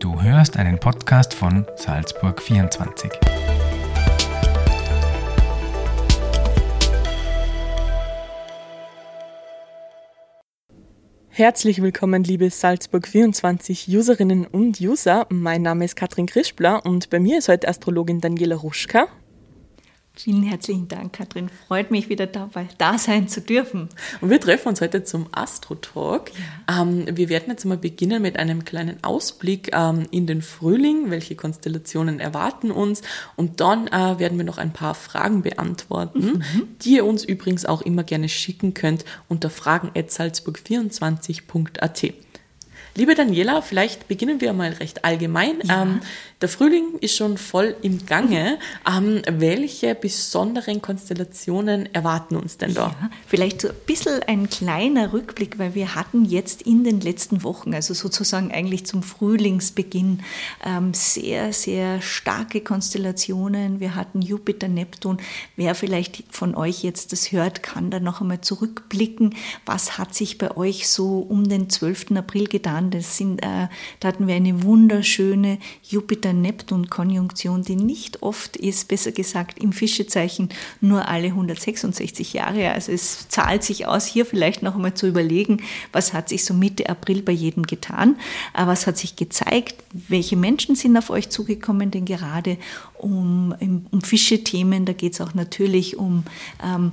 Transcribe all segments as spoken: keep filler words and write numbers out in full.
Du hörst einen Podcast von Salzburg vierundzwanzig. Herzlich willkommen, liebe Salzburg vierundzwanzig Userinnen und User. Mein Name ist Katrin Krispler und bei mir ist heute Astrologin Daniela Ruschka. Vielen herzlichen Dank, Katrin. Freut mich, wieder dabei da sein zu dürfen. Und wir treffen uns heute zum Astro-Talk. Ja. Ähm, wir werden jetzt mal beginnen mit einem kleinen Ausblick ähm, in den Frühling. Welche Konstellationen erwarten uns? Und dann äh, werden wir noch ein paar Fragen beantworten, mhm. die ihr uns übrigens auch immer gerne schicken könnt unter fragen at salzburg vierundzwanzig punkt a t. Liebe Daniela, vielleicht beginnen wir mal recht allgemein. Ja. Ähm, der Frühling ist schon voll im Gange. Ähm, welche besonderen Konstellationen erwarten uns denn da? Ja, vielleicht so ein bisschen ein kleiner Rückblick, weil wir hatten jetzt in den letzten Wochen, also sozusagen eigentlich zum Frühlingsbeginn, ähm, sehr, sehr starke Konstellationen. Wir hatten Jupiter, Neptun. Wer vielleicht von euch jetzt das hört, kann da noch einmal zurückblicken. Was hat sich bei euch so um den zwölften April getan? Das sind, äh, da hatten wir eine wunderschöne Jupiter-Neptun-Konjunktion, die nicht oft ist, besser gesagt im Fischezeichen nur alle hundertsechsundsechzig Jahre. Also es zahlt sich aus, hier vielleicht noch einmal zu überlegen, was hat sich so Mitte April bei jedem getan, äh, was hat sich gezeigt, welche Menschen sind auf euch zugekommen, denn gerade um, um Fische-Themen, da geht es auch natürlich um ähm,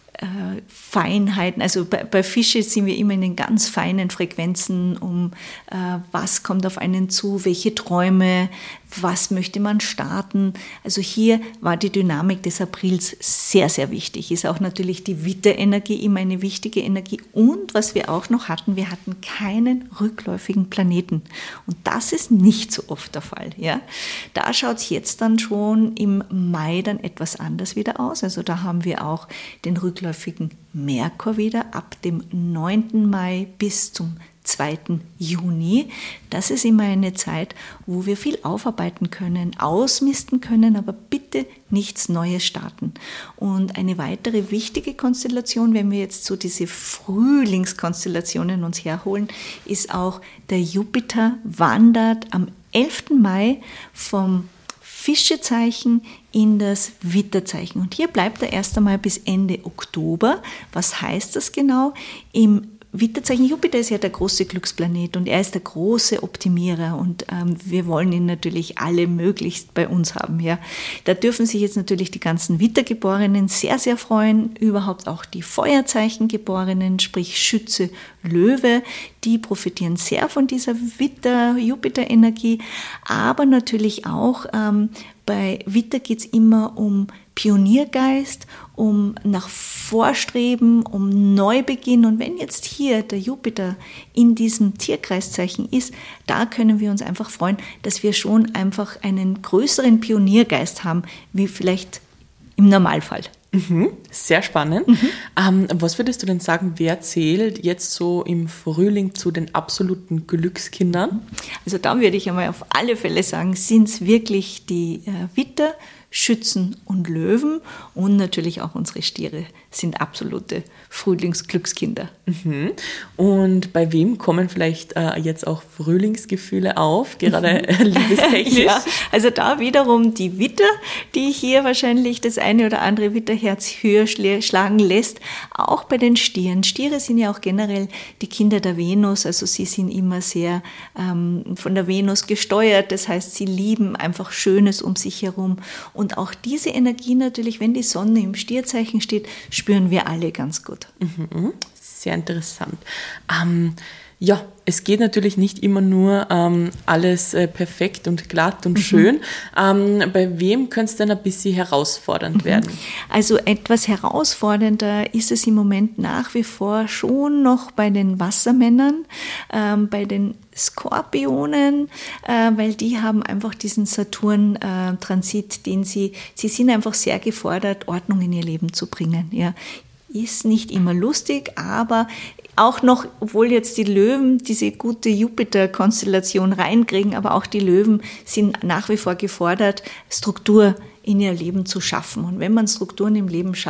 Feinheiten, also bei, bei Fische sind wir immer in den ganz feinen Frequenzen, um äh, was kommt auf einen zu, welche Träume, was möchte man starten. Also hier war die Dynamik des Aprils sehr, sehr wichtig. Ist auch natürlich die Widderenergie immer eine wichtige Energie. Und was wir auch noch hatten, wir hatten keinen rückläufigen Planeten. Und das ist nicht so oft der Fall. Ja? Da schaut es jetzt dann schon im Mai dann etwas anders wieder aus. Also da haben wir auch den rückläufigen Merkur wieder ab dem neunten Mai bis zum zweiten Juni. Das ist immer eine Zeit, wo wir viel aufarbeiten können, ausmisten können, aber bitte nichts Neues starten. Und eine weitere wichtige Konstellation, wenn wir jetzt so diese Frühlingskonstellationen uns herholen, ist auch der Jupiter wandert am elften Mai vom Fischezeichen in das Widderzeichen. Und hier bleibt er erst einmal bis Ende Oktober. Was heißt das genau? Im Widderzeichen, Jupiter ist ja der große Glücksplanet und er ist der große Optimierer und ähm, wir wollen ihn natürlich alle möglichst bei uns haben. Ja. Da dürfen sich jetzt natürlich die ganzen Widdergeborenen sehr, sehr freuen, überhaupt auch die Feuerzeichengeborenen, sprich Schütze, Löwe, die profitieren sehr von dieser Widder-Jupiter-Energie, aber natürlich auch ähm, bei Widder geht es immer um Pioniergeist, um nach Vorstreben, um Neubeginn. Und wenn jetzt hier der Jupiter in diesem Tierkreiszeichen ist, da können wir uns einfach freuen, dass wir schon einfach einen größeren Pioniergeist haben, wie vielleicht im Normalfall. Mhm, sehr spannend. Mhm. Ähm, was würdest du denn sagen, wer zählt jetzt so im Frühling zu den absoluten Glückskindern? Also da würde ich einmal auf alle Fälle sagen, sind es wirklich die äh, Widder, Schützen und Löwen und natürlich auch unsere Stiere sind absolute Frühlingsglückskinder. Mhm. Und bei wem kommen vielleicht äh, jetzt auch Frühlingsgefühle auf, gerade äh, liebestechnisch? Ja, also da wiederum die Widder, die hier wahrscheinlich das eine oder andere Widderherz höher schlagen lässt. Auch bei den Stieren. Stiere sind ja auch generell die Kinder der Venus, also sie sind immer sehr ähm, von der Venus gesteuert. Das heißt, sie lieben einfach Schönes um sich herum. Und auch diese Energie natürlich, wenn die Sonne im Stierzeichen steht, spüren wir alle ganz gut. Mhm, sehr interessant. Ähm, ja, es geht natürlich nicht immer nur ähm, alles äh, perfekt und glatt und mhm. schön. Ähm, bei wem könnte es denn ein bisschen herausfordernd mhm. werden? Also etwas herausfordernder ist es im Moment nach wie vor schon noch bei den Wassermännern, ähm, bei den Skorpionen, äh, weil die haben einfach diesen Saturn-Transit, äh, den sie, sie sind einfach sehr gefordert, Ordnung in ihr Leben zu bringen. Ja. Ist nicht immer lustig, aber auch noch, obwohl jetzt die Löwen diese gute Jupiter-Konstellation reinkriegen, aber auch die Löwen sind nach wie vor gefordert, Struktur in ihr Leben zu schaffen. Und wenn man Strukturen im Leben schafft,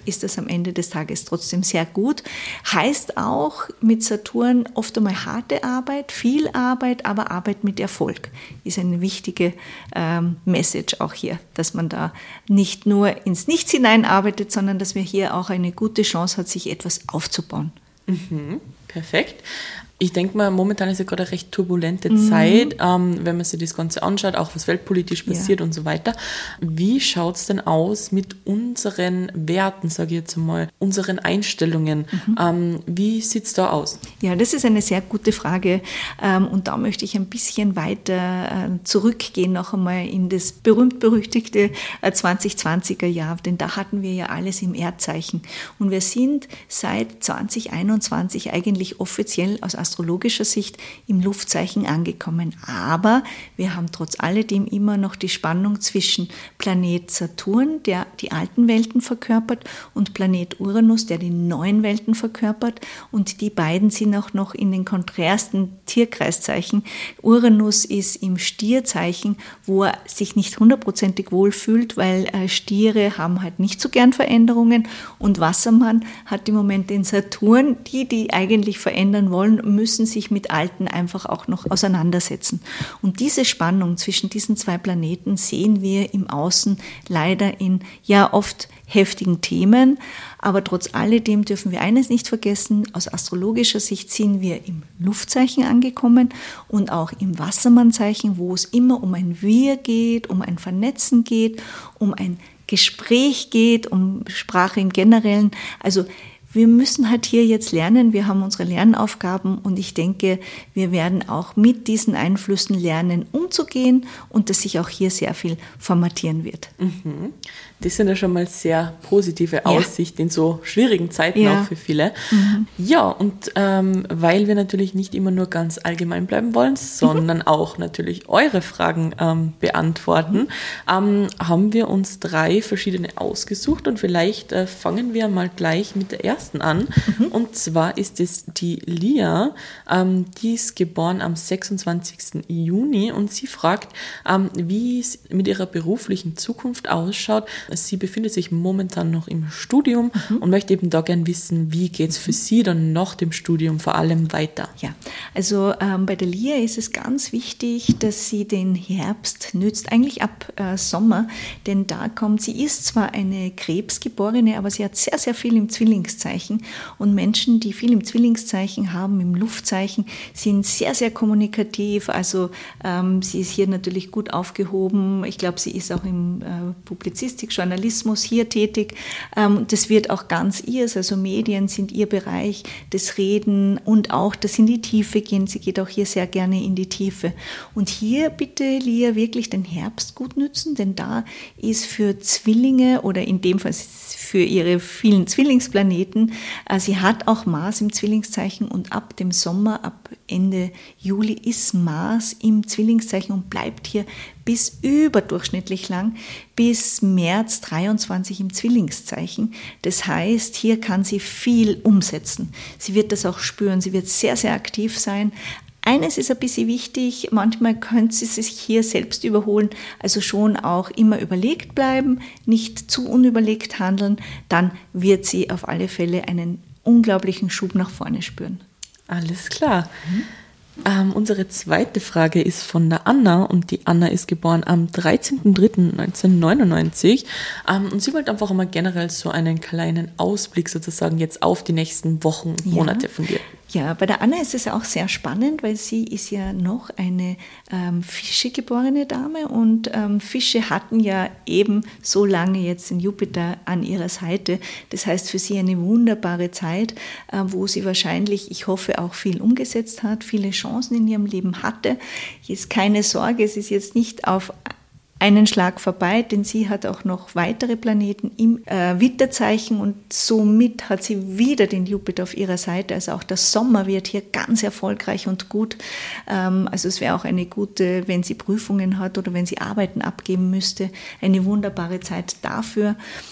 ist das am Ende des Tages trotzdem sehr gut. Heißt auch mit Saturn oft einmal harte Arbeit, viel Arbeit, aber Arbeit mit Erfolg ist eine wichtige ähm, Message auch hier, dass man da nicht nur ins Nichts hineinarbeitet, sondern dass man hier auch eine gute Chance hat, sich etwas aufzubauen. Mhm, perfekt. Ich denke mal, momentan ist ja gerade eine recht turbulente mhm. Zeit, ähm, wenn man sich das Ganze anschaut, auch was weltpolitisch passiert ja. und so weiter. Wie schaut es denn aus mit unseren Werten, sage ich jetzt einmal, unseren Einstellungen? Mhm. Ähm, wie sieht es da aus? Ja, das ist eine sehr gute Frage ähm, und da möchte ich ein bisschen weiter äh, zurückgehen, noch einmal in das berühmt-berüchtigte äh, zwanzig zwanziger Jahr, denn da hatten wir ja alles im Erdzeichen und wir sind seit zwanzig einundzwanzig eigentlich offiziell aus astrologischer Sicht im Luftzeichen angekommen. Aber wir haben trotz alledem immer noch die Spannung zwischen Planet Saturn, der die alten Welten verkörpert, und Planet Uranus, der die neuen Welten verkörpert. Und die beiden sind auch noch in den konträrsten Tierkreiszeichen. Uranus ist im Stierzeichen, wo er sich nicht hundertprozentig wohlfühlt, weil Stiere haben halt nicht so gern Veränderungen. Und Wassermann hat im Moment den Saturn, die, die eigentlich verändern wollen, müssen sich mit Alten einfach auch noch auseinandersetzen. Und diese Spannung zwischen diesen zwei Planeten sehen wir im Außen leider in ja oft heftigen Themen. Aber trotz alledem dürfen wir eines nicht vergessen, aus astrologischer Sicht sind wir im Luftzeichen angekommen und auch im Wassermannzeichen, wo es immer um ein Wir geht, um ein Vernetzen geht, um ein Gespräch geht, um Sprache im Generellen. Also wir müssen halt hier jetzt lernen, wir haben unsere Lernaufgaben und ich denke, wir werden auch mit diesen Einflüssen lernen, umzugehen und dass sich auch hier sehr viel formatieren wird. Mhm. Das sind ja schon mal sehr positive Aussichten ja. in so schwierigen Zeiten ja. auch für viele. Mhm. Ja, und ähm, weil wir natürlich nicht immer nur ganz allgemein bleiben wollen, sondern mhm. auch natürlich eure Fragen ähm, beantworten, mhm. ähm, haben wir uns drei verschiedene ausgesucht und vielleicht äh, fangen wir mal gleich mit der ersten an. Mhm. Und zwar ist es die Lia, ähm, die ist geboren am sechsundzwanzigsten Juni und sie fragt, ähm, wie es mit ihrer beruflichen Zukunft ausschaut. Sie befindet sich momentan noch im Studium mhm. und möchte eben da gern wissen, wie geht es für sie dann nach dem Studium vor allem weiter? Ja, also ähm, bei der Lia ist es ganz wichtig, dass sie den Herbst nützt, eigentlich ab äh, Sommer, denn da kommt, sie ist zwar eine Krebsgeborene, aber sie hat sehr, sehr viel im Zwillingszeichen und Menschen, die viel im Zwillingszeichen haben, im Luftzeichen, sind sehr, sehr kommunikativ, also ähm, sie ist hier natürlich gut aufgehoben, ich glaube, sie ist auch im äh, Publizistik, Journalismus hier tätig. Das wird auch ganz ihrs, also Medien sind ihr Bereich, das Reden und auch das in die Tiefe gehen. Sie geht auch hier sehr gerne in die Tiefe. Und hier bitte, Lia, wirklich den Herbst gut nützen, denn da ist für Zwillinge oder in dem Fall für ihre vielen Zwillingsplaneten, sie hat auch Mars im Zwillingszeichen und ab dem Sommer, ab Ende Juli ist Mars im Zwillingszeichen und bleibt hier bis überdurchschnittlich lang, bis März dreiundzwanzig im Zwillingszeichen. Das heißt, hier kann sie viel umsetzen. Sie wird das auch spüren, sie wird sehr, sehr aktiv sein. Eines ist ein bisschen wichtig, manchmal könnte sie sich hier selbst überholen, also schon auch immer überlegt bleiben, nicht zu unüberlegt handeln, dann wird sie auf alle Fälle einen unglaublichen Schub nach vorne spüren. Alles klar. Mhm. Ähm, unsere zweite Frage ist von der Anna und die Anna ist geboren am dreizehnten dritten neunzehnhundertneunundneunzig ähm, und sie wollte einfach mal generell so einen kleinen Ausblick sozusagen jetzt auf die nächsten Wochen und Monate ja. von dir. Ja, bei der Anna ist es auch sehr spannend, weil sie ist ja noch eine ähm, Fische-geborene Dame und ähm, Fische hatten ja eben so lange jetzt den Jupiter an ihrer Seite. Das heißt für sie eine wunderbare Zeit, äh, wo sie wahrscheinlich, ich hoffe, auch viel umgesetzt hat, viele Chancen in ihrem Leben hatte. Jetzt keine Sorge, es ist jetzt nicht auf einen Schlag vorbei, denn sie hat auch noch weitere Planeten im äh, Widderzeichen und somit hat sie wieder den Jupiter auf ihrer Seite. Also auch der Sommer wird hier ganz erfolgreich und gut. Ähm, also es wäre auch eine gute, wenn sie Prüfungen hat oder wenn sie Arbeiten abgeben müsste, eine wunderbare Zeit dafür.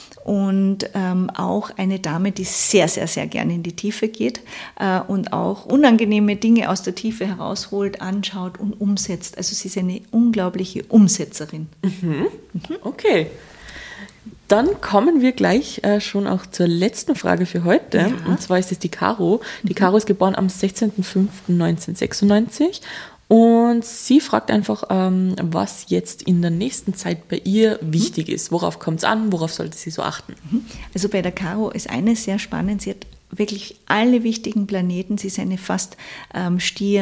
Und ähm, auch eine Dame, die sehr, sehr, sehr gerne in die Tiefe geht äh, und auch unangenehme Dinge aus der Tiefe herausholt, anschaut und umsetzt. Also sie ist eine unglaubliche Umsetzerin. Mhm. Mhm. Okay. Dann kommen wir gleich äh, schon auch zur letzten Frage für heute. Ja. Und zwar ist es die Caro. Die mhm. Caro ist geboren am sechzehnten fünften neunzehnhundertsechsundneunzig. Und sie fragt einfach, ähm, was jetzt in der nächsten Zeit bei ihr wichtig ist. Worauf kommt es an? Worauf sollte sie so achten? Also bei der Caro ist eines sehr spannend. Sie hat wirklich alle wichtigen Planeten. Sie ist eine fast ähm,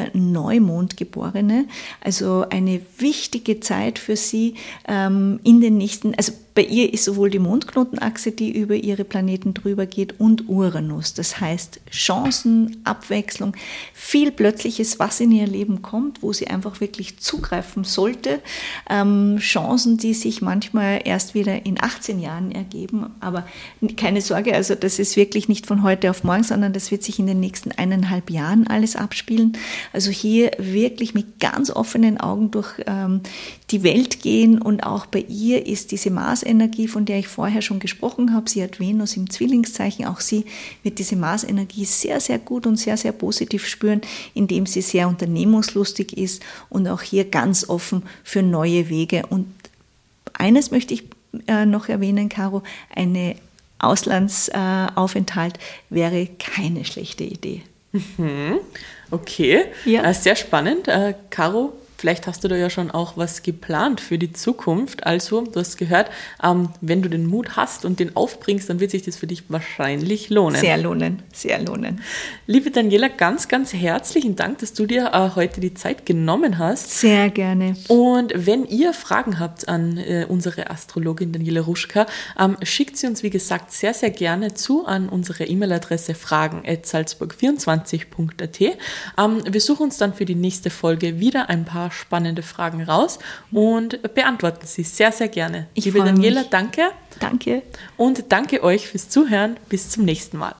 Stier-Neumond-Geborene. Also eine wichtige Zeit für sie ähm, in den nächsten, also bei ihr ist sowohl die Mondknotenachse, die über ihre Planeten drüber geht, und Uranus. Das heißt Chancen, Abwechslung, viel Plötzliches, was in ihr Leben kommt, wo sie einfach wirklich zugreifen sollte. Ähm, Chancen, die sich manchmal erst wieder in achtzehn Jahren ergeben. Aber keine Sorge, also das ist wirklich nicht von heute auf morgen, sondern das wird sich in den nächsten eineinhalb Jahren alles abspielen. Also hier wirklich mit ganz offenen Augen durch ähm, die Welt gehen, und auch bei ihr ist diese Marsenergie, von der ich vorher schon gesprochen habe, sie hat Venus im Zwillingszeichen, auch sie wird diese Marsenergie sehr, sehr gut und sehr, sehr positiv spüren, indem sie sehr unternehmungslustig ist und auch hier ganz offen für neue Wege. Und eines möchte ich äh, noch erwähnen, Caro, eine Auslandsaufenthalt wäre keine schlechte Idee. Mhm. Okay, ja. äh, sehr spannend. Äh, Caro, vielleicht hast du da ja schon auch was geplant für die Zukunft. Also, du hast gehört, ähm, wenn du den Mut hast und den aufbringst, dann wird sich das für dich wahrscheinlich lohnen. Sehr lohnen, sehr lohnen. Liebe Daniela, ganz, ganz herzlichen Dank, dass du dir äh, heute die Zeit genommen hast. Sehr gerne. Und wenn ihr Fragen habt an äh, unsere Astrologin Daniela Ruschka, ähm, schickt sie uns, wie gesagt, sehr, sehr gerne zu an unsere E-Mail-Adresse fragen at salzburg vierundzwanzig punkt a t. Ähm, wir suchen uns dann für die nächste Folge wieder ein paar spannende Fragen raus und beantworten sie sehr, sehr gerne. Ich Liebe Daniela, danke. Danke. Und danke euch fürs Zuhören. Bis zum nächsten Mal.